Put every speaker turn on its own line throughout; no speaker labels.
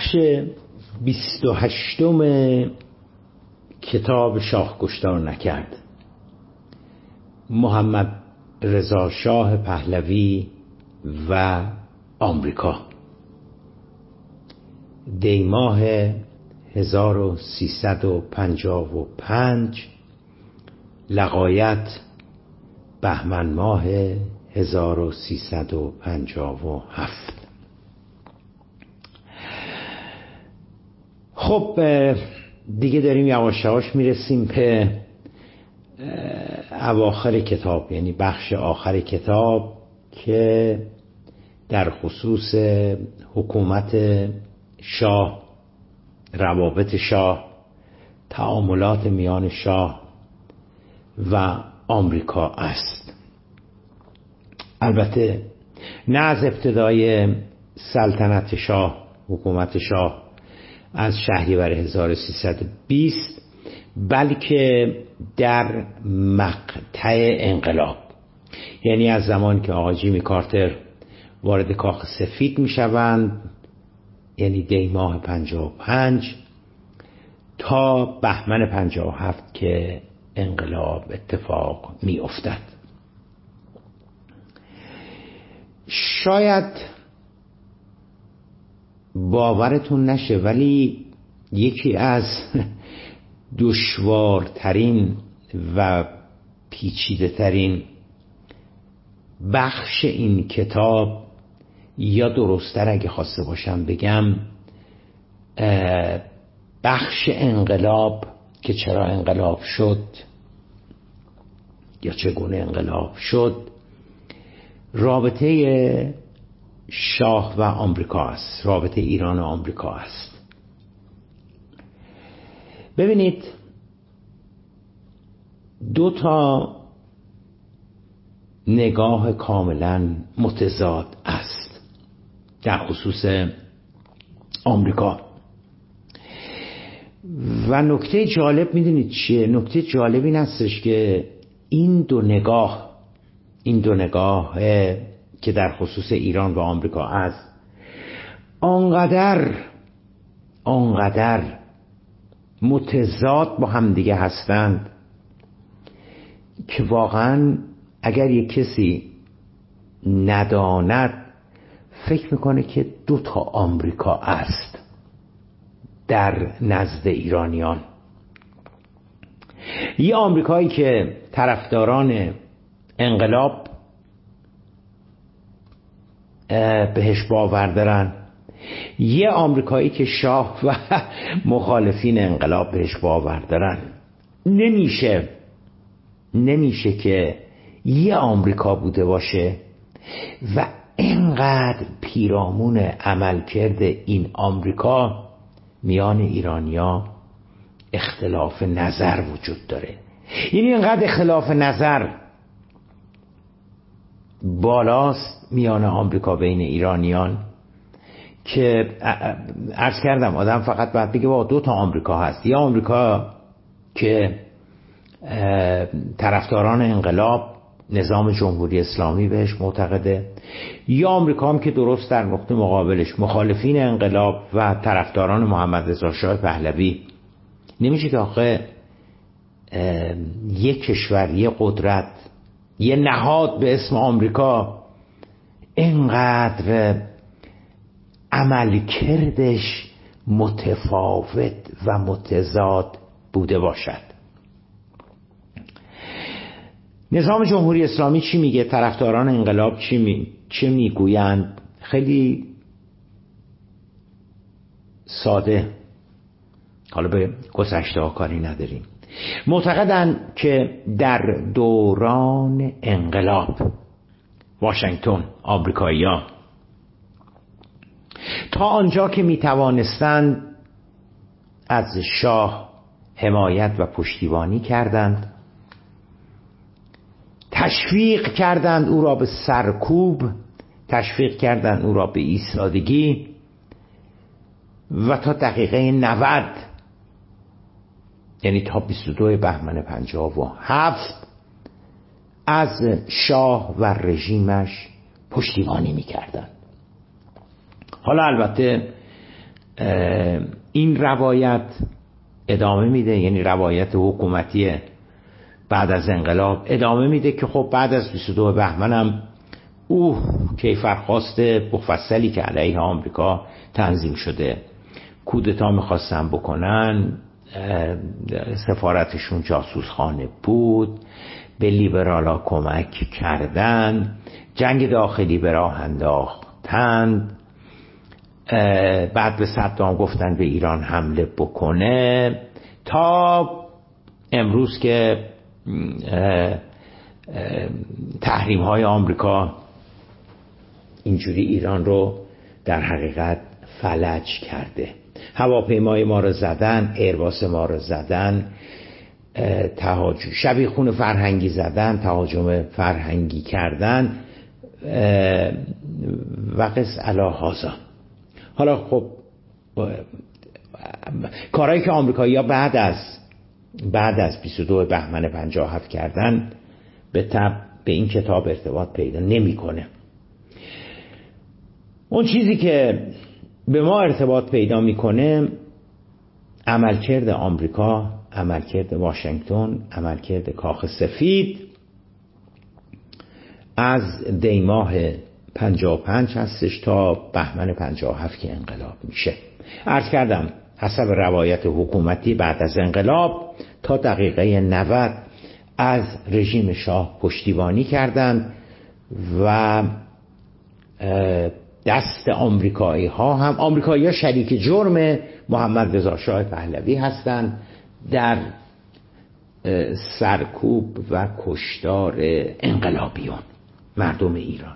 بخش 28 کتاب شاه کشتار نکرد، محمد رضا شاه پهلوی و آمریکا، دی ماه 1355 لغایت بهمن ماه 1357. خب دیگه داریم یواش یواش میرسیم به اواخر کتاب، یعنی بخش آخر کتاب که در خصوص حکومت شاه، روابط شاه، تعاملات میان شاه و آمریکا است. البته نه از ابتدای سلطنت شاه، حکومت شاه از شهریور 1320، بلکه در مقطع انقلاب، یعنی از زمان که آقای جیمی کارتر وارد کاخ سفید می شوند، یعنی دی ماه 55 تا بهمن 57 که انقلاب اتفاق می افتد. شاید باورتون نشه ولی یکی از دشوارترین و پیچیده ترین بخش این کتاب، یا درست‌تر اگه خواسته باشم بگم بخش انقلاب، که چرا انقلاب شد یا چگونه انقلاب شد، رابطه شاه و آمریکا است، رابطه ایران و آمریکا است. ببینید دو تا نگاه کاملا متضاد است در خصوص آمریکا و نکته جالب میدونید چیه؟ نکته جالب این هستش که این دو نگاه که در خصوص ایران و آمریکا است آنقدر متضاد با هم دیگه هستند که واقعا اگر یک کسی نداند فکر میکنه که دو تا آمریکا است در نزد ایرانیان. یه آمریکایی که طرفداران انقلاب بهش باور دارن، یه آمریکایی که شاه و مخالفین انقلاب بهش باور دارن. نمیشه که یه آمریکا بوده باشه و اینقدر پیرامون عملکرد این آمریکا میان ایرانیا اختلاف نظر وجود داره. یعنی اینقدر اختلاف نظر بالاست میان آمریکا بین ایرانیان که عرض کردم آدم فقط باید بگه با دو تا آمریکا هست. یه آمریکا که طرفداران انقلاب، نظام جمهوری اسلامی بهش معتقده، یا آمریکا هم که درست در نقطه مقابلش مخالفین انقلاب و طرفداران محمد رضا شاه پهلوی. نمیشه که آخه یک کشور، یک قدرت، یه نهاد به اسم آمریکا اینقدر عملکردش متفاوت و متضاد بوده باشد. نظام جمهوری اسلامی چی میگه؟ طرفداران انقلاب چه میگویند؟ خیلی ساده، حالا به گذشته ها کاری نداریم. معتقدند که در دوران انقلاب واشنگتن، آمریکایی‌ها تا آنجا که میتوانستند از شاه حمایت و پشتیبانی کردند، تشویق کردند او را به سرکوب، تشویق کردند او را به ایستادگی و تا دقیقه 90، یعنی تا 22 بهمن 57 از شاه و رژیمش پشتیبانی میکردند. حالا البته این روایت ادامه میده، یعنی روایت حکومتی بعد از انقلاب ادامه میده که خب بعد از 22 بهمن هم کیفرخواست مفصلی که علیه آمریکا تنظیم شده، کودتا میخواستن بکنن، سفارتشون جاسوسخانه بود، به لیبرالا کمک کردن، جنگ داخلی به راه انداختند، بعد به صدام گفتن به ایران حمله بکنه، تا امروز که تحریم های آمریکا اینجوری ایران رو در حقیقت فلج کرده. هواپیمای ما رو زدن، ایرباس ما رو زدن، شبیخون فرهنگی زدن، تهاجم فرهنگی کردن و قص علی هذا. حالا خب کارهایی که آمریکایی‌ها بعد از 22 بهمن 57 کردن به این کتاب ارتباط پیدا نمی‌کنه. اون چیزی که به ما ارتباط پیدا میکنه عملکرد آمریکا، عملکرد واشنگتن، عملکرد کاخ سفید از دی ماه 55 هستش تا بهمن 57 که انقلاب میشه. عرض کردم حسب روایت حکومتی بعد از انقلاب تا دقیقه 90 از رژیم شاه پشتیبانی کردند و دست آمریکایی ها شریک جرم محمد رضا شاه پهلوی هستند در سرکوب و کشتار انقلابیون مردم ایران.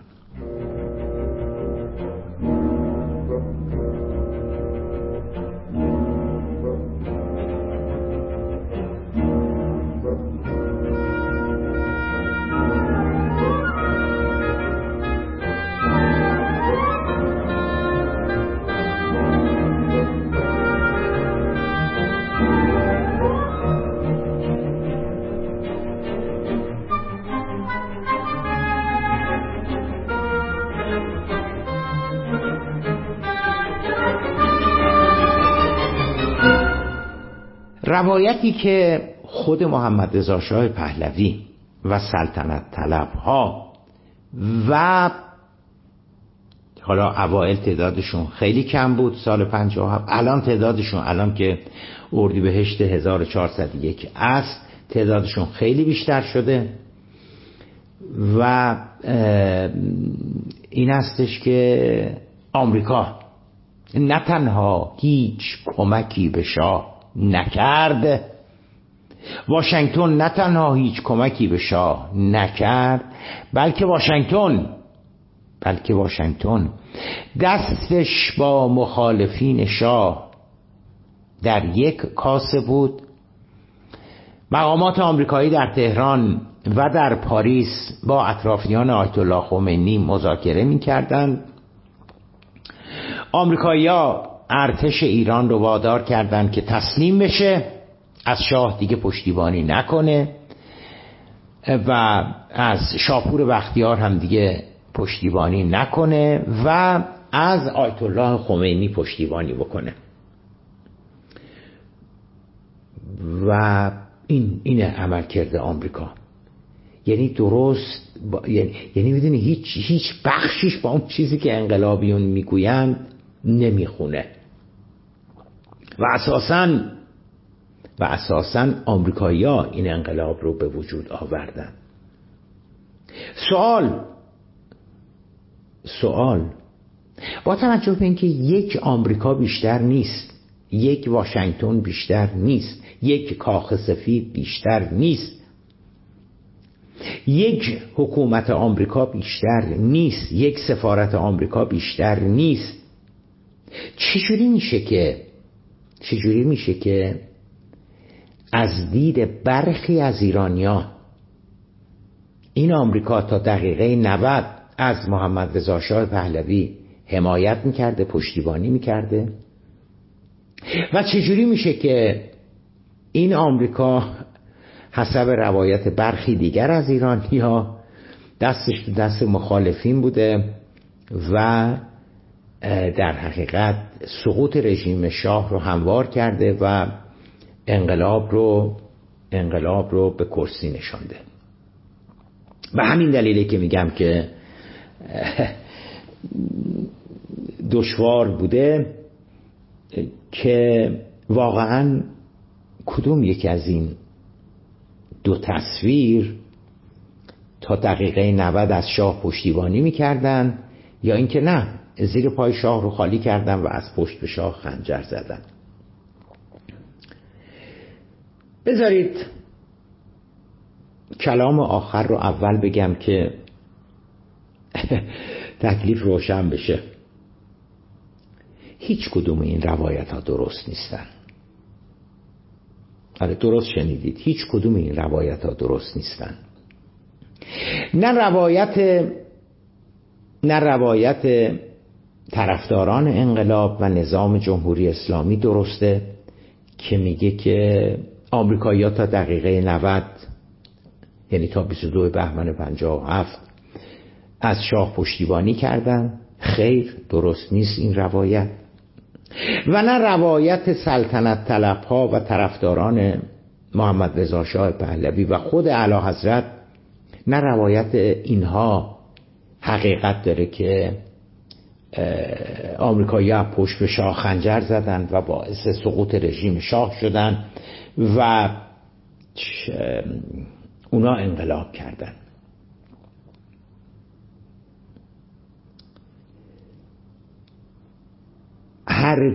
روایتی که خود محمد رضا شاه پهلوی و سلطنت طلبها و حالا اوائل تعدادشون خیلی کم بود سال 57، الان تعدادشون، الان که اردیبهشت 1401 است، تعدادشون خیلی بیشتر شده و این هستش که آمریکا نه تنها هیچ کمکی به شاه نکرد، واشنگتن نه تنها هیچ کمکی به شاه نکرد، بلکه واشنگتن دستش با مخالفین شاه در یک کاسه بود. مقامات آمریکایی در تهران و در پاریس با اطرافیان آیت الله خمینی مذاکره می‌کردند. آمریکایی‌ها ارتش ایران رو وادار کردند که تسلیم بشه، از شاه دیگه پشتیبانی نکنه و از شاپور بختیار هم دیگه پشتیبانی نکنه و از آیت الله خمینی پشتیبانی بکنه. و این عمل کرده آمریکا، یعنی درست یعنی میدونی هیچ بخشیش با اون چیزی که انقلابیون میگویند نمیخونه و اساساً آمریکایی‌ها این انقلاب رو به وجود آوردن. سوال با توجه به اینکه یک آمریکا بیشتر نیست، یک واشنگتن بیشتر نیست، یک کاخ سفید بیشتر نیست، یک حکومت آمریکا بیشتر نیست، یک سفارت آمریکا بیشتر نیست، چجوری میشه که از دید برخی از ایرانیان این آمریکا تا دقیقه 90 از محمد رضا شاه پهلوی حمایت میکرده، پشتیبانی میکرده، و چجوری میشه که این آمریکا حسب روایت برخی دیگر از ایرانی‌ها دستش تو دست مخالفین بوده و در حقیقت سقوط رژیم شاه رو هموار کرده و انقلاب رو به کرسی نشانده. به همین دلیله که میگم که دشوار بوده که واقعا کدوم یکی از این دو تصویر تا دقیقه 90 از شاه پشتیبانی میکردن یا اینکه نه، زیر پای شاه رو خالی کردن و از پشت به شاه خنجر زدن. بذارید کلام آخر رو اول بگم که تکلیف روشن بشه. هیچ کدوم این روایت ها درست نیستن. آره درست شنیدید، هیچ کدوم این روایت ها درست نیستن. نه روایت طرفداران انقلاب و نظام جمهوری اسلامی درسته که میگه که آمریکایی‌ها تا دقیقه 90 یعنی تا 22 بهمن 57 از شاه پشتیبانی کردن. خیر، درست نیست این روایت. و نه روایت سلطنت طلبها و طرفداران محمد رضا شاه پهلوی و خود اعلیحضرت، نه روایت اینها حقیقت داره که آمریکایی‌ها پشت به شاه خنجر زدن و باعث سقوط رژیم شاه شدن و اونا انقلاب کردن. هر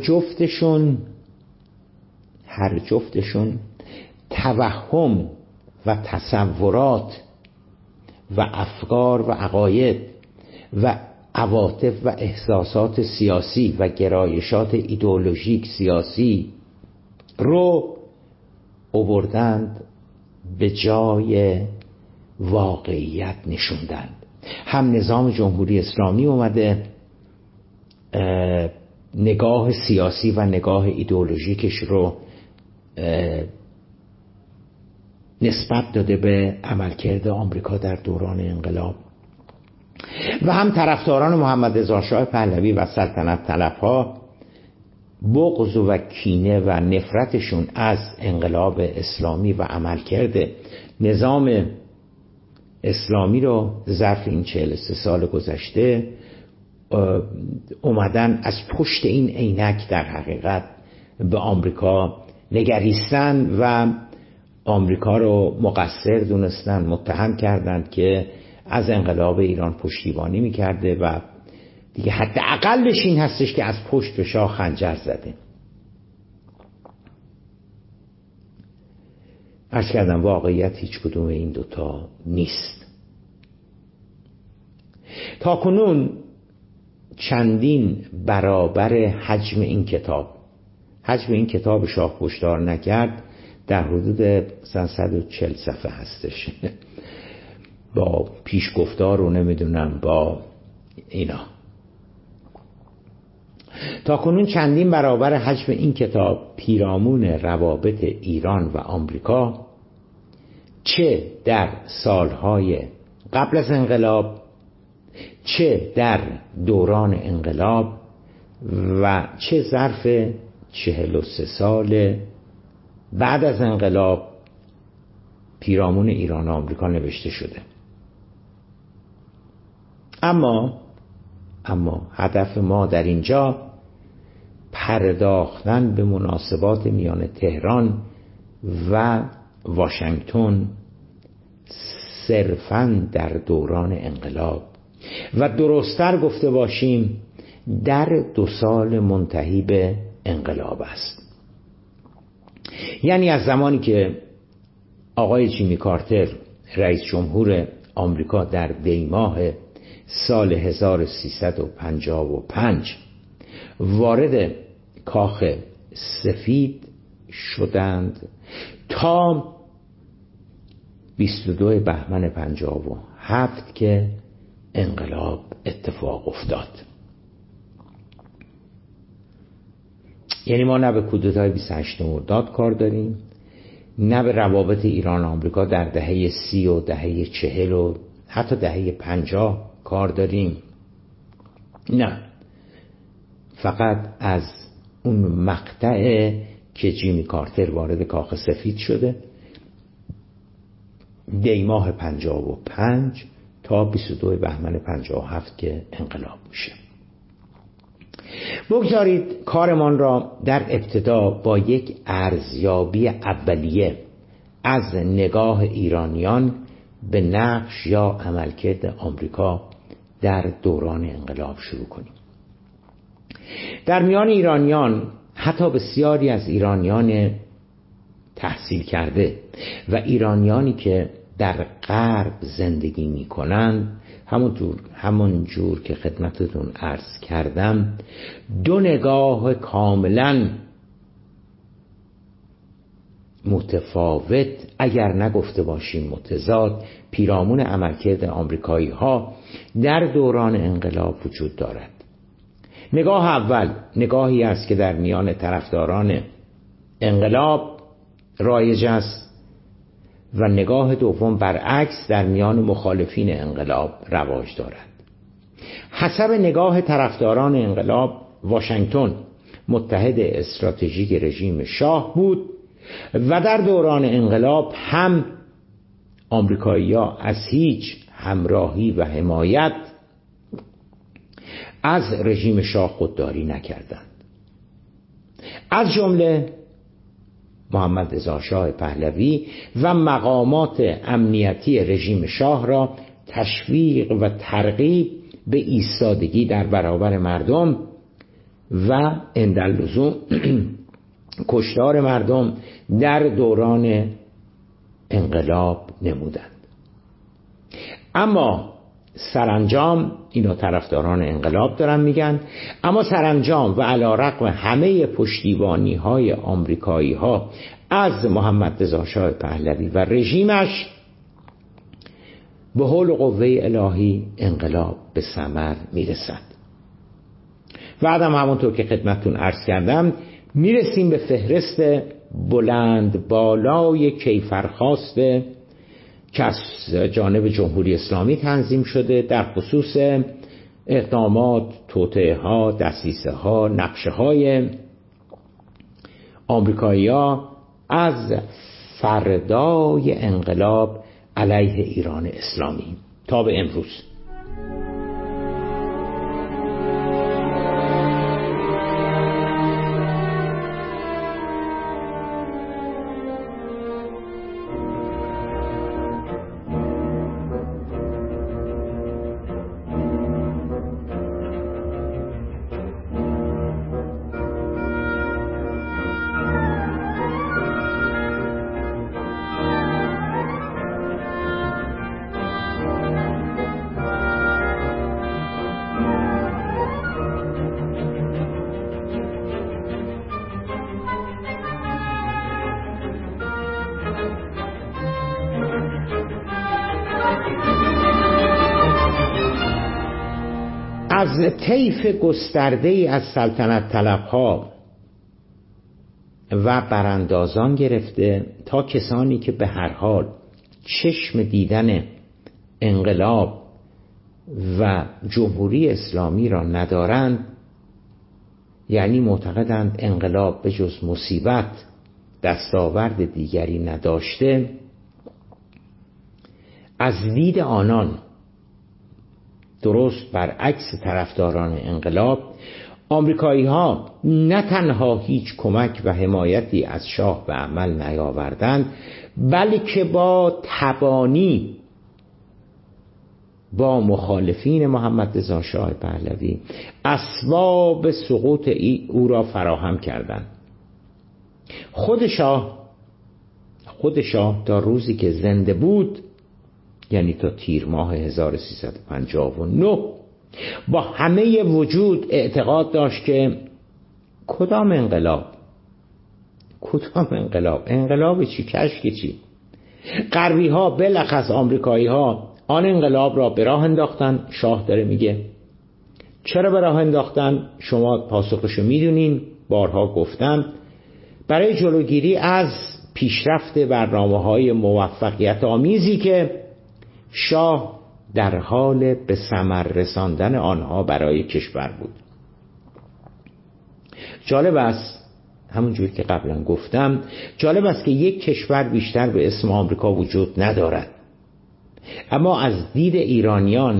جفتشون توهم و تصورات و افکار و عقاید و عواطف و احساسات سیاسی و گرایشات ایدئولوژیک سیاسی رو آوردند به جای واقعیت نشوندند. هم نظام جمهوری اسلامی اومده نگاه سیاسی و نگاه ایدئولوژیکش رو نسبت داده به عملکرد آمریکا در دوران انقلاب و هم طرفداران محمد رضا شاه پهلوی و سلطنت طلبها بغض و کینه و نفرتشون از انقلاب اسلامی و عملکرد نظام اسلامی رو ظرف این 43 سال گذشته اومدن از پشت این عینک در حقیقت به آمریکا نگریستن و آمریکا رو مقصر دونستن، متهم کردند که از انقلاب ایران پشتیبانی میکرده و دیگه حداقلش این هستش که از پشت به شاه خنجر زده. عرض کردم واقعیت هیچ کدوم این دوتا نیست. تا کنون چندین برابر حجم این کتاب شاه کشتار نکرد در حدود 140 صفحه هستش با پیشگفتار رو نمیدونم با اینا. تا کنون چندین برابر حجم این کتاب پیرامون روابط ایران و آمریکا، چه در سالهای قبل از انقلاب چه در دوران انقلاب و چه ظرف 43 سال بعد از انقلاب پیرامون ایران و آمریکا نوشته شده. اما هدف ما در اینجا پرداختن به مناسبات میان تهران و واشنگتن صرفاً در دوران انقلاب و درست‌تر گفته باشیم در 2 سال منتهی به انقلاب است. یعنی از زمانی که آقای جیمی کارتر رئیس جمهور آمریکا در دیماه سال 1355 وارد کاخ سفید شدند تا 22 بهمن 57 که انقلاب اتفاق افتاد. یعنی ما نه به کودتای 28 مرداد کار داریم، نه به روابط ایران و آمریکا در دهه 30 و دهه 40 و حتی دهه 50 کار داریم. نه، فقط از اون مقطع که جیمی کارتر وارد کاخ سفید شده دیماه 55 تا 22 بهمن 57 که انقلاب میشه. بگذارید کارمان را در ابتدا با یک ارزیابی اولیه از نگاه ایرانیان به نقش یا عملکرد آمریکا در دوران انقلاب شروع کنیم. در میان ایرانیان، حتی بسیاری از ایرانیان تحصیل کرده و ایرانیانی که در غرب زندگی می کنند، همون جور که خدمتتون عرض کردم، دو نگاه کاملا متفاوت، اگر نگفته باشیم متضاد، پیرامون عملکرد آمریکایی ها در دوران انقلاب وجود دارد. نگاه اول نگاهی است که در میان طرفداران انقلاب رایج است و نگاه دوم برعکس در میان مخالفین انقلاب رواج دارد. حسب نگاه طرفداران انقلاب، واشنگتن متحد استراتژیک رژیم شاه بود و در دوران انقلاب هم آمریکایی‌ها از هیچ همراهی و حمایت از رژیم شاه خودداری نکردند. از جمله محمد رضا شاه پهلوی و مقامات امنیتی رژیم شاه را تشویق و ترغیب به ایستادگی در برابر مردم و عنداللزوم کشتار مردم در دوران انقلاب نمودند. اما سرانجام، اینا طرفداران انقلاب دارن میگن، اما سرانجام و علیرغم همه پشتیبانی های آمریکایی ها از محمد رضا شاه پهلوی و رژیمش، به حول و قوه الهی انقلاب به ثمر میرسد. بعدم همونطور که خدمتتون عرض کردم میرسیم به فهرست بلند بالای کیفرخواسته که از جانب جمهوری اسلامی تنظیم شده در خصوص اقدامات، توطئه‌ها، دسیسه‌ها، نقشه‌های آمریکایی‌ها از فردای انقلاب علیه ایران اسلامی تا به امروز. از طیف گسترده‌ای از سلطنت طلبها و براندازان گرفته تا کسانی که به هر حال چشم دیدن انقلاب و جمهوری اسلامی را ندارند، یعنی معتقدند انقلاب به جز مصیبت دستاورد دیگری نداشته، از دید آنان درست برعکس طرفداران انقلاب، آمریکایی ها نه تنها هیچ کمک و حمایتی از شاه به عمل نیاوردند، بلکه با تبانی با مخالفین محمد رضا شاه پهلوی اسباب سقوط او را فراهم کردند. خود شاه تا روزی که زنده بود، یعنی تا تیر ماه 1359، با همه وجود اعتقاد داشت که کدام انقلاب چی، کشک چی. غربی ها بلخص آمریکایی ها آن انقلاب را به راه انداختن. شاه داره میگه چرا به راه انداختن؟ شما پاسخشو میدونین، بارها گفتم. برای جلوگیری از پیشرفت برنامه‌های موفقیت آمیزی که شاه در حال به ثمر رساندن آنها برای کشور بود. جالب است، همونجوری که قبلا گفتم، جالب است که یک کشور بیشتر به اسم آمریکا وجود ندارد، اما از دید ایرانیان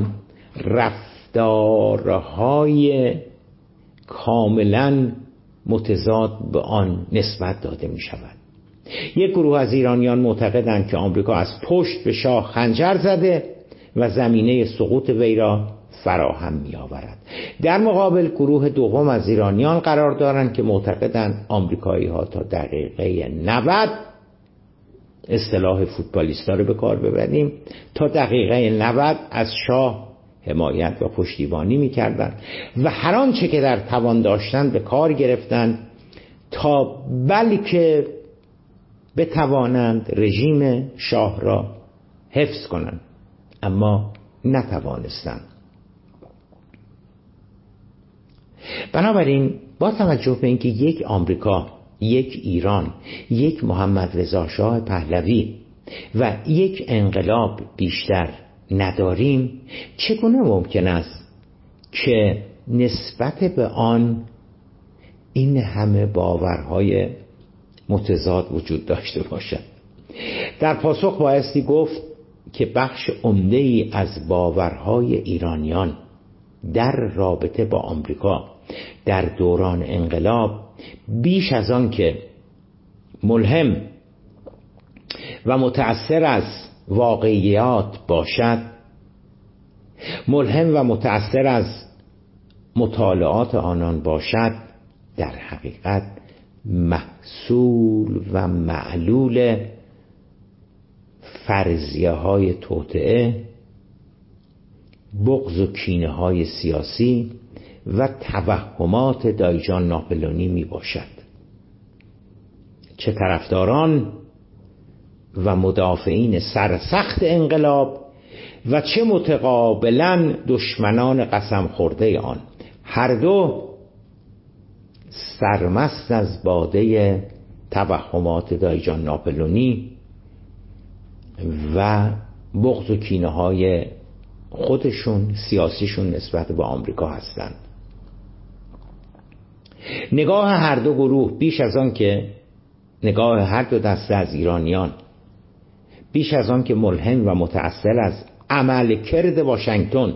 رفتارهای کاملا متضاد به آن نسبت داده می شود. یک گروه از ایرانیان معتقدند که آمریکا از پشت به شاه خنجر زده و زمینه سقوط وی را فراهم می آورد. در مقابل گروه دوم از ایرانیان قرار دارند که معتقدند آمریکایی ها تا دقیقه 90، اصطلاح فوتبالیستا رو به کار ببریم، تا دقیقه 90 از شاه حمایت و پشتیبانی می کردن و هر آنچه که در توان داشتن به کار گرفتند تا بلکه بتوانند رژیم شاه را حفظ کنند، اما نتوانستند. بنابراین با توجه به اینکه یک آمریکا، یک ایران، یک محمد رضا شاه پهلوی و یک انقلاب بیشتر نداریم، چگونه ممکن است که نسبت به آن این همه باورهای متضاد وجود داشته باشد؟ در پاسخ بایستی گفت که بخش عمده‌ای از باورهای ایرانیان در رابطه با آمریکا در دوران انقلاب بیش از آن که ملهم و متأثر از واقعیات باشد، ملهم و متأثر از مطالعات آنان باشد، در حقیقت محصول و معلول فرضیه های توطئه، بغض و کینه های سیاسی و توهمات دایجان ناپلئونی می باشد. چه طرفداران و مدافعین سرسخت انقلاب و چه متقابلا دشمنان قسم خورده آن، هر دو سرمست از باده توهمات دایجان ناپلئونی و بغض و کینه های خودشون سیاسیشون نسبت به آمریکا هستند. نگاه هر دو گروه بیش از آن که نگاه هر دو دسته از ایرانیان، بیش از آن که ملهم و متأثر از عملکرد واشنگتن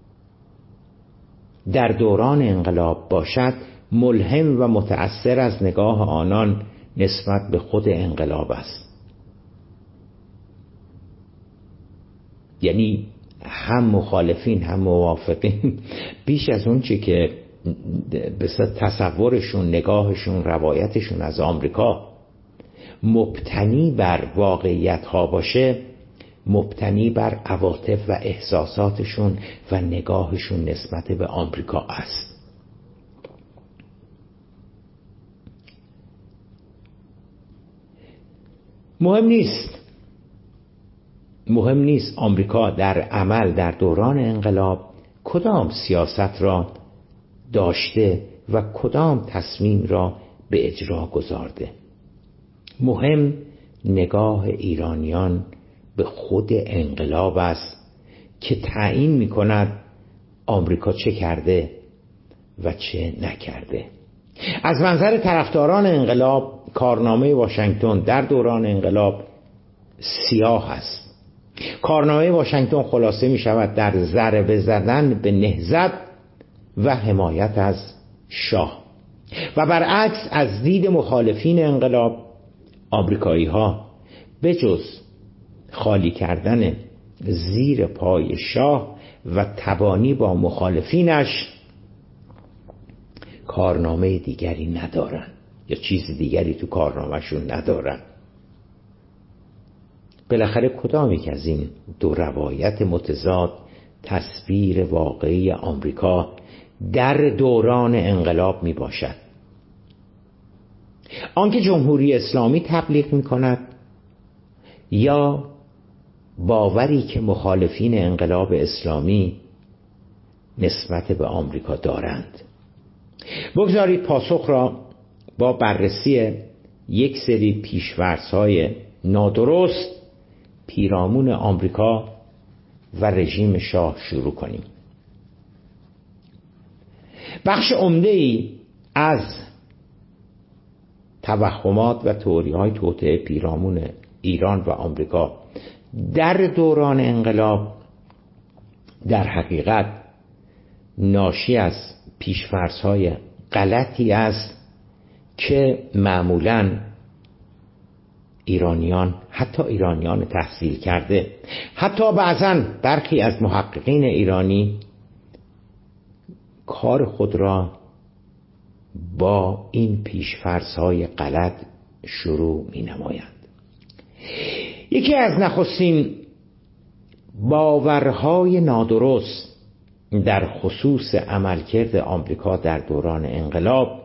در دوران انقلاب باشد، ملهم و متأثر از نگاه آنان نسبت به خود انقلاب است. یعنی هم مخالفین هم موافقین بیش از اون چی که تصورشون، نگاهشون، روایتشون از آمریکا مبتنی بر واقعیت ها باشه، مبتنی بر عواطف و احساساتشون و نگاهشون نسبت به آمریکا است. مهم نیست آمریکا در عمل در دوران انقلاب کدام سیاست را داشته و کدام تصمیم را به اجرا گذارده. مهم نگاه ایرانیان به خود انقلاب است که تعیین می کند آمریکا چه کرده و چه نکرده. از منظر طرفداران انقلاب کارنامه واشنگتن در دوران انقلاب سیاه است. کارنامه واشنگتن خلاصه می شود در ضربه زدن به نهضت و حمایت از شاه و برعکس از دید مخالفین انقلاب، آمریکایی ها به جز خالی کردن زیر پای شاه و تبانی با مخالفینش کارنامه دیگری ندارن یا چیز دیگری تو کارنامهشون ندارن. بالاخره کدام یک از این دو روایت متضاد تصویر واقعی آمریکا در دوران انقلاب می باشد؟ آنکه جمهوری اسلامی تبلیغ می کند یا باوری که مخالفین انقلاب اسلامی نسبت به آمریکا دارند؟ بگذارید پاسخ را با بررسی یک سری پیش‌فرض‌های نادرست پیرامون آمریکا و رژیم شاه شروع کنیم. بخش عمده‌ای از توهمات و تئوری‌های توطئه پیرامون ایران و آمریکا در دوران انقلاب در حقیقت ناشی از پیش‌فرض‌های غلطی است که معمولاً ایرانیان، حتی ایرانیان تحصیل کرده، حتی بعضاً برخی از محققین ایرانی کار خود را با این پیش‌فرض‌های غلط شروع می‌نمایند. یکی از نخستین باورهای نادرست در خصوص عملکرد آمریکا در دوران انقلاب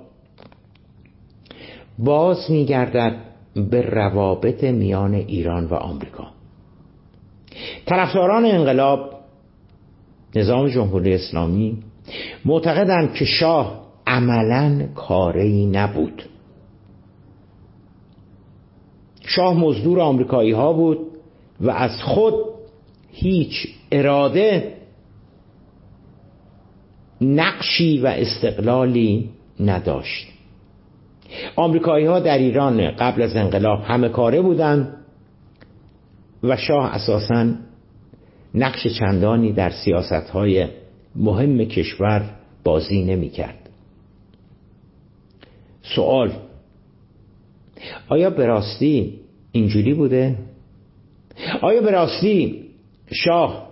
باز می‌گردد به روابط میان ایران و آمریکا. طرفداران انقلاب، نظام جمهوری اسلامی، معتقدند که شاه عملاً کاری نبود. شاه مزدور آمریکایی ها بود و از خود هیچ اراده، نقشی و استقلالی نداشت. آمریکایی ها در ایران قبل از انقلاب همه کاره بودند و شاه اساساً نقش چندانی در سیاست‌های مهم کشور بازی نمی‌کرد. سوال: آیا به راستی اینجوری بوده؟ آیا به راستی شاه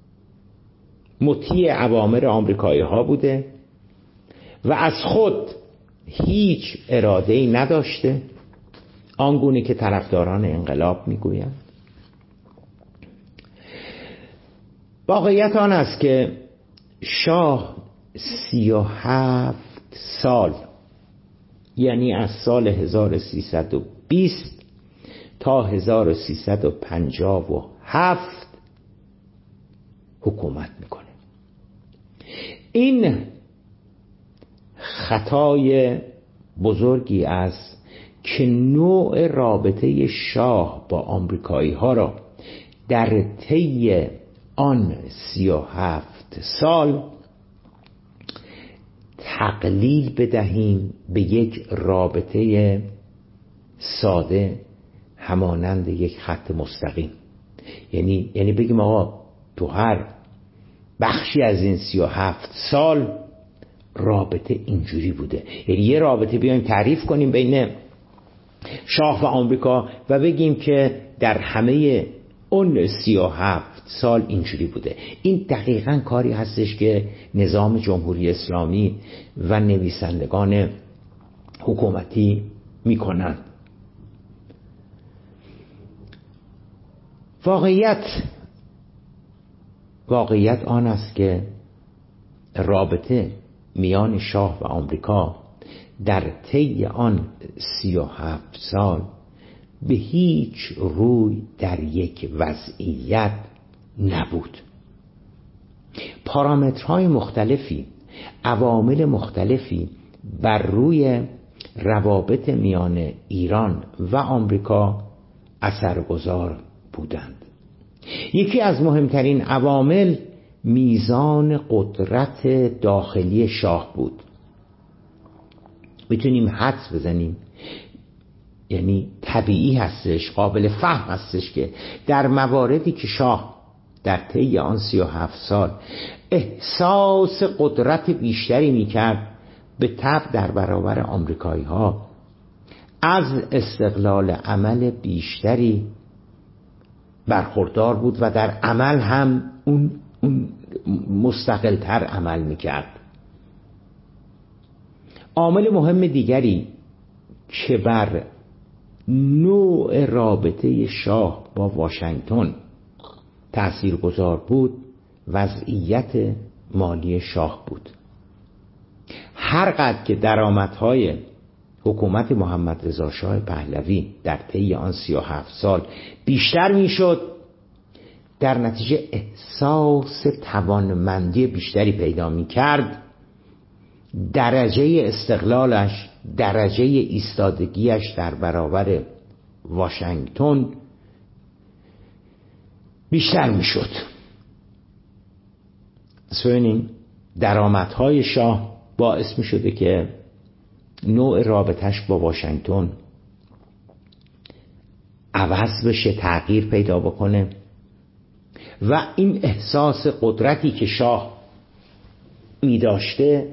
مطیع اوامر آمریکایی ها بوده و از خود هیچ اراده‌ای نداشته، آنگونه که طرفداران انقلاب میگویند؟ واقعیت آن است که شاه 37 سال، یعنی از سال 1320 تا 1357 حکومت میکنه. این خطای بزرگی است که نوع رابطه شاه با آمریکایی ها را در طی آن 37 سال تقلیل بدهیم به یک رابطه ساده همانند یک خط مستقیم. یعنی بگیم آقا تو هر بخشی از این 37 سال رابطه اینجوری بوده. یعنی یه رابطه بیایم تعریف کنیم بین شاه و آمریکا و بگیم که در همه اون 37 سال اینجوری بوده. این دقیقاً کاری هستش که نظام جمهوری اسلامی و نویسندگان حکومتی میکنند. واقعیت آن است که رابطه میان شاه و آمریکا در طی آن 37 سال به هیچ روی در یک وضعیت نبود. پارامترهای مختلفی، عوامل مختلفی بر روی روابط میان ایران و آمریکا اثرگذار بودند. یکی از مهمترین عوامل میزان قدرت داخلی شاه بود. میتونیم حدس بزنیم، یعنی طبیعی هستش، قابل فهم هستش که در مواردی که شاه در طی آن 37 سال احساس قدرت بیشتری میکرد، به طبع در برابر آمریکایی ها از استقلال عمل بیشتری برخوردار بود و در عمل هم اون مستقلتر عمل میکرد. عامل مهم دیگری که بر نوع رابطه شاه با واشنگتن تأثیرگذار بود، وضعیت مالی شاه بود. هر قدر که درآمدهای حکومت محمد رضا شاه پهلوی در طی آن 37 سال بیشتر میشد، در نتیجه احساس توانمندی بیشتری پیدا میکرد، درجه استقلالش، درجه ایستادگیش در برابر واشنگتن بیشتر میشد. ببینید درآمدهای شاه باعث میشده که نوع رابطش با واشنگتن عوض بشه، تغییر پیدا بکنه و این احساس قدرتی که شاه می داشته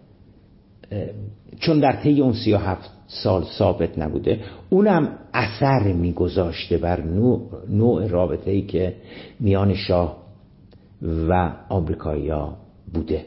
چون در طی اون 37 سال ثابت نبوده، اونم اثر می گذاشته بر نوع رابطه‌ای که میان شاه و آمریکایی‌ها بوده.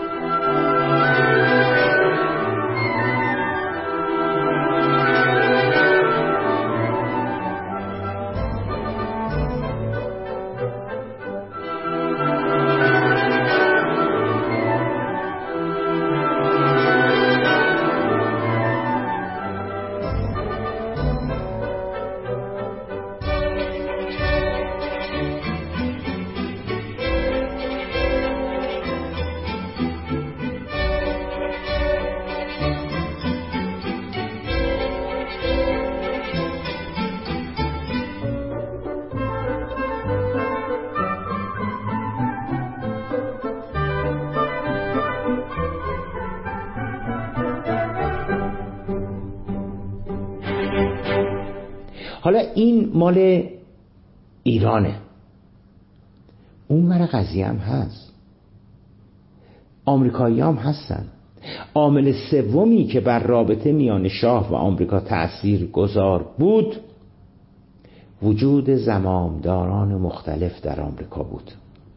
حالا این مال ایرانه، اون ور قضیه هم هست، آمریکایی هم هستن. عامل سومی که بر رابطه میان شاه و آمریکا تأثیر گذار بود وجود زمامداران مختلف در آمریکا بود.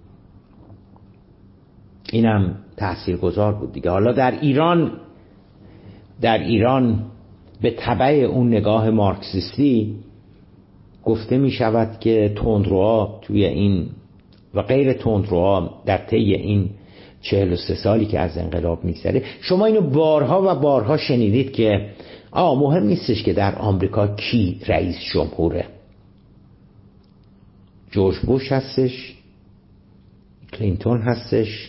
اینم تأثیر گذار بود دیگه. حالا در ایران به تبع اون نگاه مارکسیستی گفته می شود که تندروها توی این و غیر تندروها در طی این 43 سالی که از انقلاب میگذره، شما اینو بارها و بارها شنیدید که مهم نیستش که در آمریکا کی رئیس جمهوره، جورج بوش هستش، کلینتون هستش،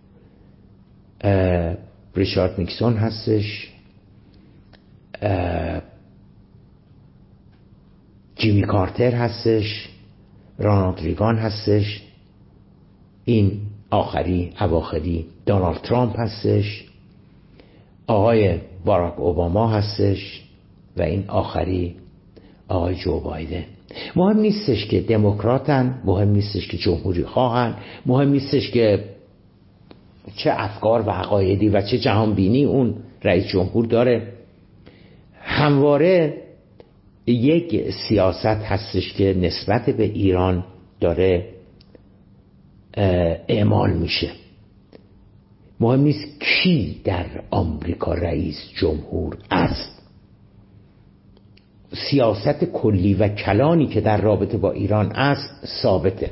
ریچارد نیکسون هستش، جیمی کارتر هستش، رونالد ریگان هستش، این اواخری دونالد ترامپ هستش، آقای باراک اوباما هستش و این آخری آقای جو بایدن. مهم نیستش که دموکراتن، مهم نیستش که جمهوری خواهن، مهم نیستش که چه افکار و عقایدی و چه جهانبینی اون رئیس جمهور داره. همواره یک سیاست هستش که نسبت به ایران داره اعمال میشه. مهم نیست کی در آمریکا رئیس جمهور است، سیاست کلی و کلانی که در رابطه با ایران است ثابته.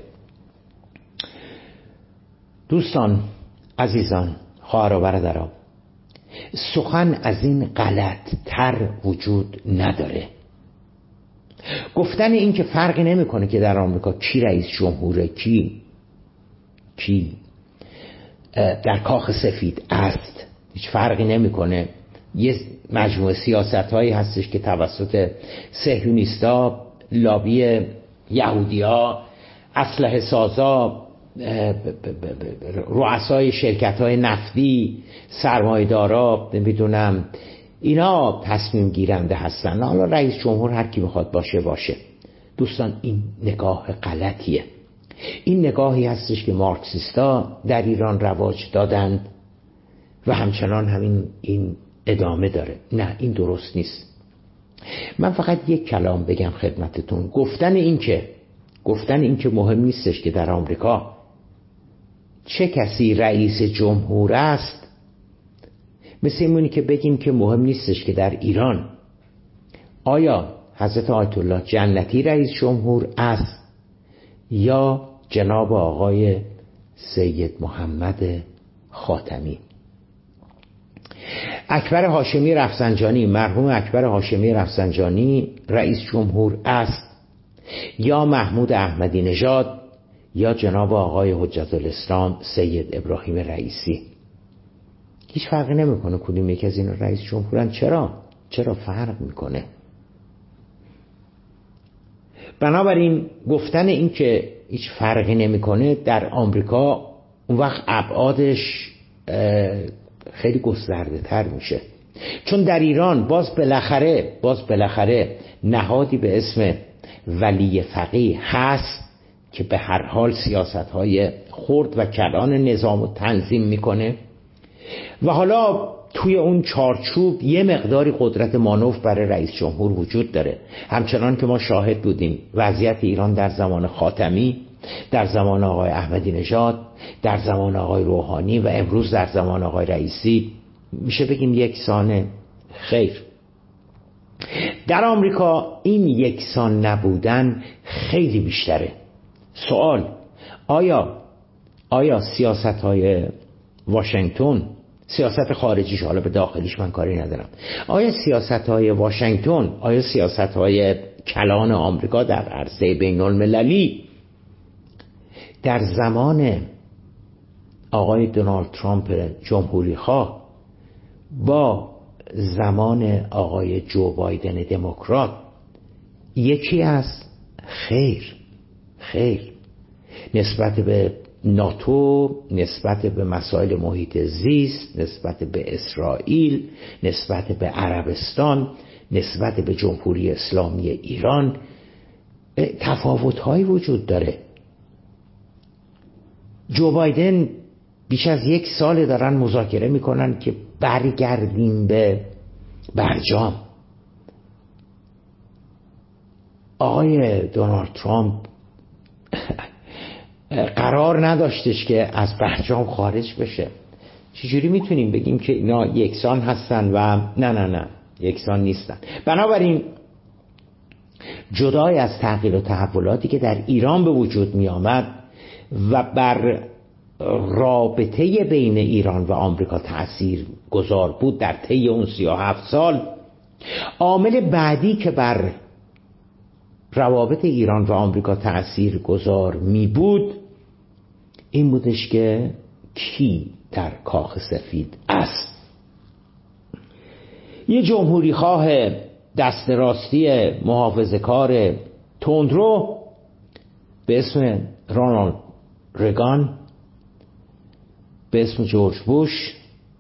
دوستان عزیزان، خواهر و برادران، سخن از این غلط تر وجود نداره. گفتن این که فرقی نمیکنه که در آمریکا کی رئیس جمهوره، کی در کاخ سفید است، هیچ فرقی نمیکنه. یه مجموعه سیاست هایی هستش که توسط صهیونیستا، لابی یهودیا، اسلحه سازا، رؤسای شرکت های نفتی، سرمایه‌دارا، نمیدونم اینا تصمیم گیرنده هستن. حالا رئیس جمهور هر کی بخواد باشه. دوستان این نگاه غلطیه. این نگاهی هستش که مارکسیستا در ایران رواج دادند و همچنان این ادامه داره. نه، این درست نیست. من فقط یک کلام بگم خدمتتون. گفتن این که مهم نیستش که در آمریکا چه کسی رئیس جمهور است، مثل اینه که بگیم که مهم نیستش که در ایران آیا حضرت آیت الله جنتی رئیس جمهور است یا جناب آقای سید محمد خاتمی. اکبر هاشمی رفسنجانی، مرحوم اکبر هاشمی رفسنجانی رئیس جمهور است یا محمود احمدی نژاد یا جناب آقای حجت الاسلام سید ابراهیم رئیسی. هیچ فرقی نمیکنه کدوم یک از این رئیس جمهورن. چرا فرق میکنه؟ بنابراین گفتن این که هیچ فرقی نمیکنه در آمریکا اون وقت ابعادش خیلی گسترده تر میشه. چون در ایران باز بالاخره نهادی به اسم ولی فقیه هست که به هر حال سیاست‌های خرد و کلان نظام رو تنظیم میکنه و حالا توی اون چارچوب یه مقداری قدرت مانور برای رئیس جمهور وجود داره. همچنان که ما شاهد بودیم وضعیت ایران در زمان خاتمی، در زمان آقای احمدی نژاد، در زمان آقای روحانی و امروز در زمان آقای رئیسی میشه بگیم یکسانه. خیر، در آمریکا این یکسان نبودن خیلی بیشتره. سوال، آیا سیاست‌های واشنگتن، سیاست خارجیش، حالا به داخلیش من کاری ندارم، آیا سیاست‌های واشنگتن، آیا سیاست‌های کلان آمریکا در عرصه بین المللی در زمان آقای دونالد ترامپ جمهوری خواه با زمان آقای جو بایدن دموکرات یکی است؟ خیر. نسبت به ناتو، نسبت به مسائل محیط زیست، نسبت به اسرائیل، نسبت به عربستان، نسبت به جمهوری اسلامی ایران تفاوت‌هایی وجود داره. جو بایدن بیش از 1 سال دارن مذاکره میکنن که برگردیم به برجام. آقای دونالد ترامپ قرار نداشتش که از برجام خارج بشه. چجوری میتونیم بگیم که اینا یکسان هستن و نه یکسان نیستن؟ بنابراین جدای از تغییر و تحولاتی که در ایران به وجود می آمد و بر رابطه بین ایران و آمریکا تأثیر گذار بود در طی اون 37 سال، عامل بعدی که بر روابط ایران و آمریکا تأثیر گذار می بود این بودش که کی در کاخ سفید است. یه جمهوری خواه دست راستی محافظه‌کار تندرو به اسم رونالد ریگان، به اسم جورج بوش،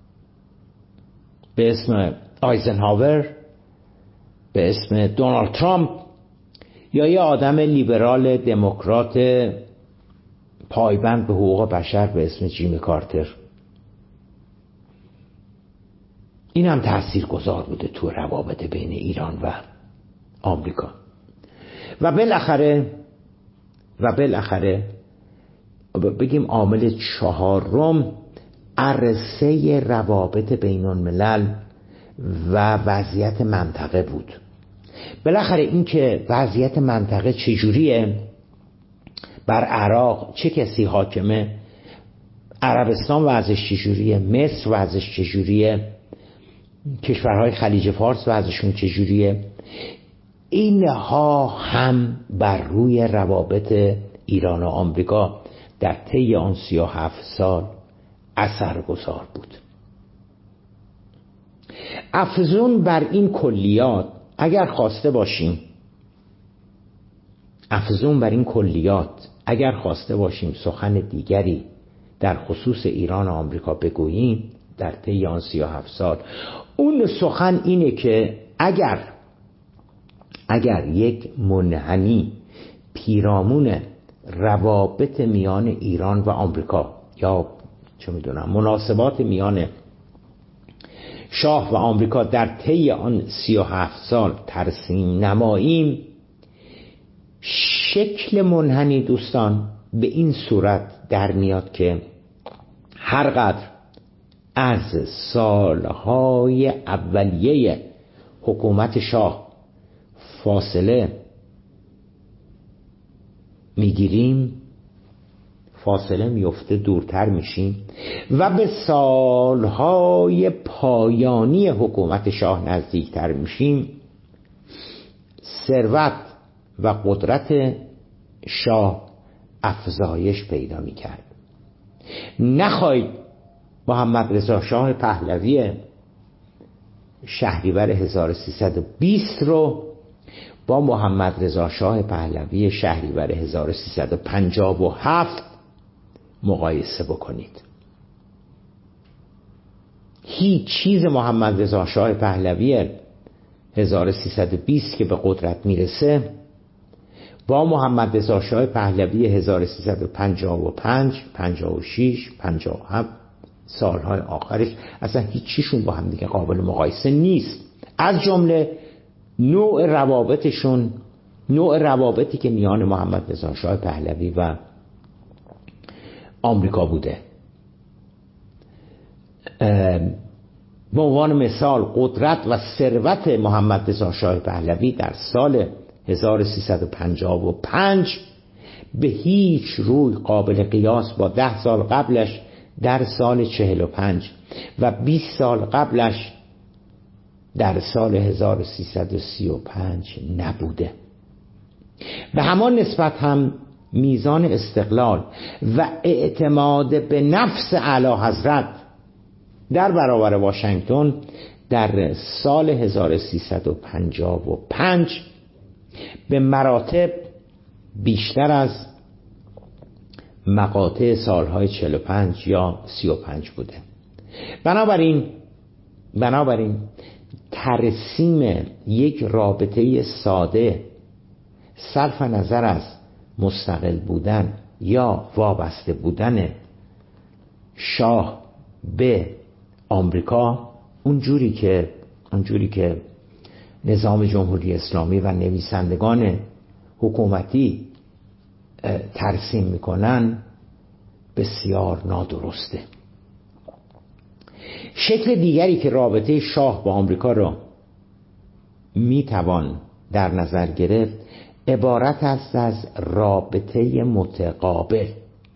به اسم آیزنهاور، به اسم دونالد ترامپ، یا یه آدم لیبرال دموکرات پایبند به حقوق بشر به اسم جیمی کارتر، این هم تاثیرگذار بوده تو روابط بین ایران و آمریکا. و بالاخره بگیم عامل 4 عرصه روابط بین الملل و وضعیت منطقه بود. بالاخره این که وضعیت منطقه چجوریه، بر عراق چه کسی حاکمه، عربستان وضعش چجوریه، مصر وضعش چجوریه، کشورهای خلیج فارس وضعشون چجوریه، اینها هم بر روی روابط ایران و آمریکا در طی آن 37 سال اثرگذار بود. افزون بر این کلیات اگر خواسته باشیم سخن دیگری در خصوص ایران و آمریکا بگوییم در طی آن 37 سال، اون سخن اینه که اگر یک منحنی پیرامون روابط میان ایران و آمریکا یا چه میدونم مناسبات میان شاه و آمریکا در طی آن 37 سال ترسیم نماییم، شکل منحنی دوستان به این صورت در میاد که هر قدر از سالهای اولیه حکومت شاه فاصله میگیریم، فاصله میفته، دورتر میشیم و به سالهای پایانی حکومت شاه نزدیکتر میشیم، ثروت و قدرت شاه افزایش پیدا میکرد. نخواهید محمد رضا شاه پهلوی شهریور 1320 رو با محمد رضا شاه پهلوی شهریور 1357 مقایسه بکنید. هیچ چیز محمد رضا شاه پهلوی 1320 که به قدرت میرسه با محمد رضا شاه پهلوی 1355 56 57 سالهای آخرش اصلا هیچیشون با هم دیگه قابل مقایسه نیست. از جمله نوع روابطی که میان محمد رضا شاه پهلوی و آمریکا بوده. به عنوان مثال قدرت و ثروت محمد رضا شاه پهلوی در سال 1355 به هیچ روی قابل قیاس با 10 سال قبلش در سال 45 و 20 سال قبلش در سال 1335 نبوده. به همان نسبت هم میزان استقلال و اعتماد به نفس اعلی حضرت در برابر واشنگتن در سال 1355 به مراتب بیشتر از مقاطع سالهای 45 یا 35 بوده. بنابراین ترسیم یک رابطه ساده صرف نظر از مستقل بودن یا وابسته بودن شاه به آمریکا اونجوری که نظام جمهوری اسلامی و نویسندگان حکومتی ترسیم میکنن بسیار نادرسته. شکل دیگری که رابطه شاه با آمریکا را میتوان در نظر گرفت عبارت است از رابطه متقابل.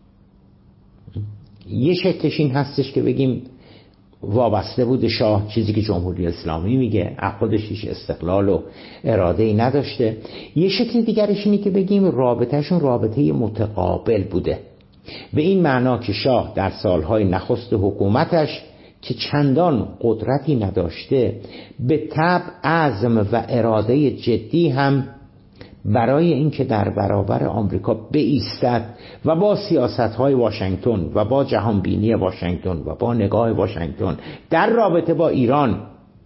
یه شکلش این هستش که بگیم وابسته بود شاه، چیزی که جمهوری اسلامی میگه، خودش هیچ استقلال و اراده‌ای نداشته. یه شکل دیگرش اینه که بگیم رابطهشون رابطه متقابل بوده، به این معنا که شاه در سالهای نخست حکومتش که چندان قدرتی نداشته به طبع عزم و اراده جدی هم برای اینکه در برابر آمریکا بایستد و با سیاست‌های واشنگتن و با جهانبینی واشنگتن و با نگاه واشنگتن در رابطه با ایران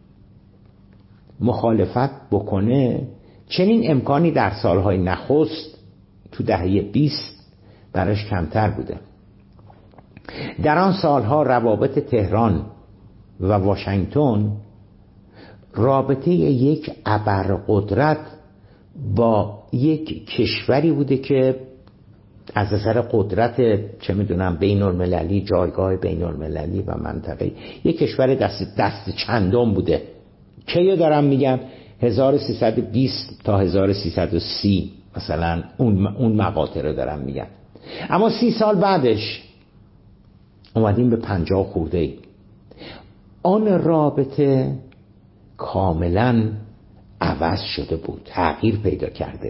مخالفت بکنه، چنین امکانی در سالهای نخست تو دهه 20 برش کمتر بوده. در آن سالها روابط تهران و واشنگتن رابطه یک ابرقدرت با یک کشوری بوده که از نظر قدرت بین المللی، جایگاه بین المللی و منطقه یک کشور دست چندم بوده. که دارم میگم 1320 تا 1330 مثلا اون مقاطع رو دارم میگم. اما 30 سال بعدش اومدیم به 50 خورده ای. آن رابطه کاملا عوض شده بود، تغییر پیدا کرده.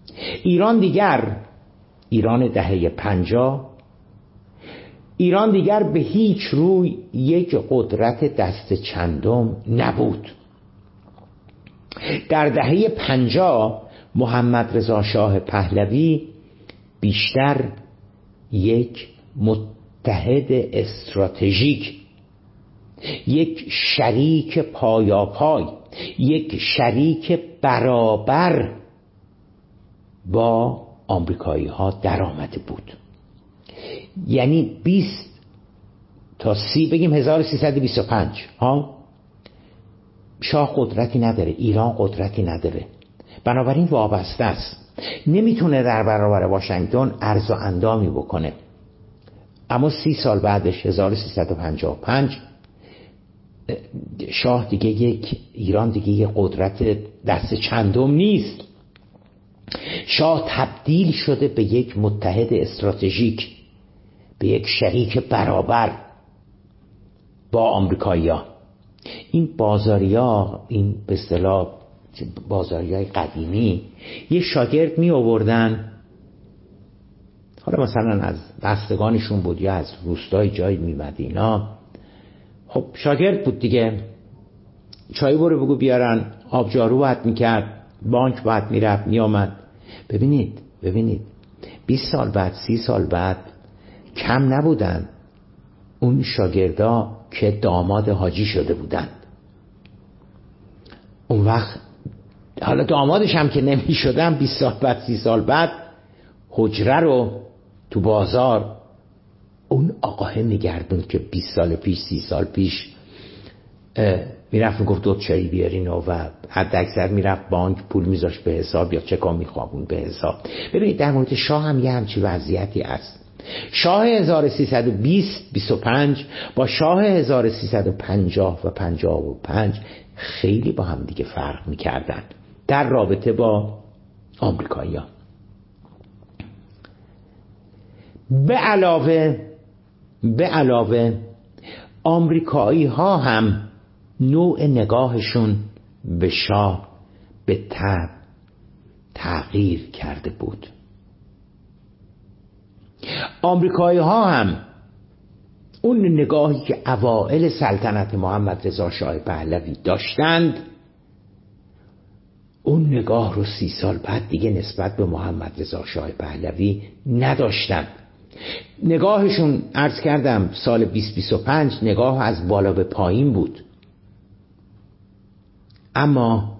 ایران دهه 50 ایران دیگر به هیچ روی یک قدرت دست چندم نبود. در دهه 50 محمد رضا شاه پهلوی بیشتر یک متحد استراتژیک، یک شریک پایاپای، یک شریک برابر با آمریکایی ها در آمده بود. یعنی 20 تا 30 بگیم 1325 شاه قدرتی نداره، ایران قدرتی نداره، بنابراین وابسته است، نمیتونه در برابر واشنگتن عرض و اندامی بکنه. اما 30 سال بعدش 1355 شاه دیگه ایران دیگه یک قدرت دست چندم نیست. شاه تبدیل شده به یک متحد استراتژیک، به یک شریک برابر با آمریکایی‌ها. این بازاریا، این به اصطلاح بازاریای قدیمی، یه شاگرد می آوردن، حالا مثلا از بستگانشون بود یا از روستای جایی میمد اینا، خب شاگرد بود دیگه، چای برو بگو بیارن، آبجارو باید میکرد، بانک باید میرفت میامد. ببینید 20 سال بعد 30 سال بعد کم نبودن اون شاگردا که داماد حاجی شده بودند. اون وقت حالا دامادش هم که نمی شدن، 20 سال بعد 30 سال بعد حجره رو تو بازار اون آقاه میگردون که 20 سال پیش 30 سال پیش میرفت میگفت دو چایی بیارین و حد اکثر میرفت بانک پول میذاش به حساب یا چکا میخوابون به حساب. ببینید در مورد شاه هم یه همچی وضعیتی است. شاه 1325 با شاه 1350 و 55 خیلی با هم دیگه فرق میکردن در رابطه با آمریکایی‌ها. به علاوه آمریکایی ها هم نوع نگاهشون به شاه به طبع تغییر کرده بود. آمریکایی ها هم اون نگاهی که اوائل سلطنت محمد رضا شاه پهلوی داشتند، اون نگاه رو 30 سال بعد دیگه نسبت به محمد رضا شاه پهلوی نداشتند. نگاهشون عرض کردم سال 2025 نگاه از بالا به پایین بود، اما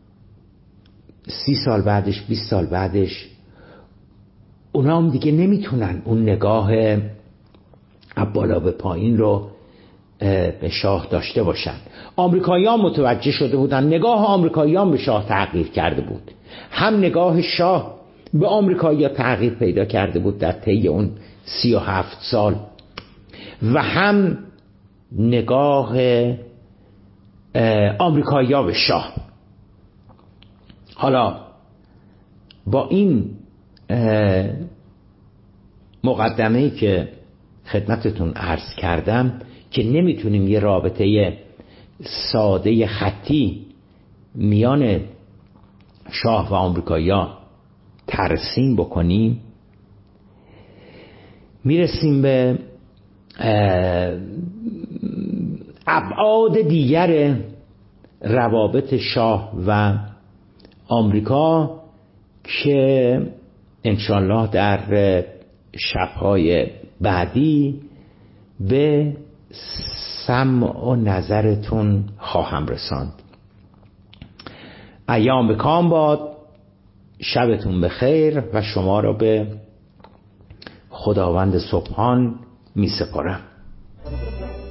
30 سال بعدش 20 سال بعدش اونا هم دیگه نمیتونن اون نگاه از بالا به پایین رو به شاه داشته باشن. آمریکایی‌ها متوجه شده بودن نگاه آمریکایی‌ها به شاه تغییر کرده بود، هم نگاه شاه به آمریکایی‌ها تغییر پیدا کرده بود در طی اون 37 سال و هم نگاه آمریکایی‌ها به شاه. حالا با این مقدمه‌ای که خدمتتون عرض کردم که نمیتونیم یه رابطه ساده خطی میان شاه و آمریکایی‌ها ترسیم بکنیم، میرسیم به ابعاد دیگر روابط شاه و آمریکا که انشالله در شب‌های بعدی به سمع و نظرتون خواهم رساند. ایام به کام باد، شبتون بخیر و شما را به خداوند سبحان می سپارم.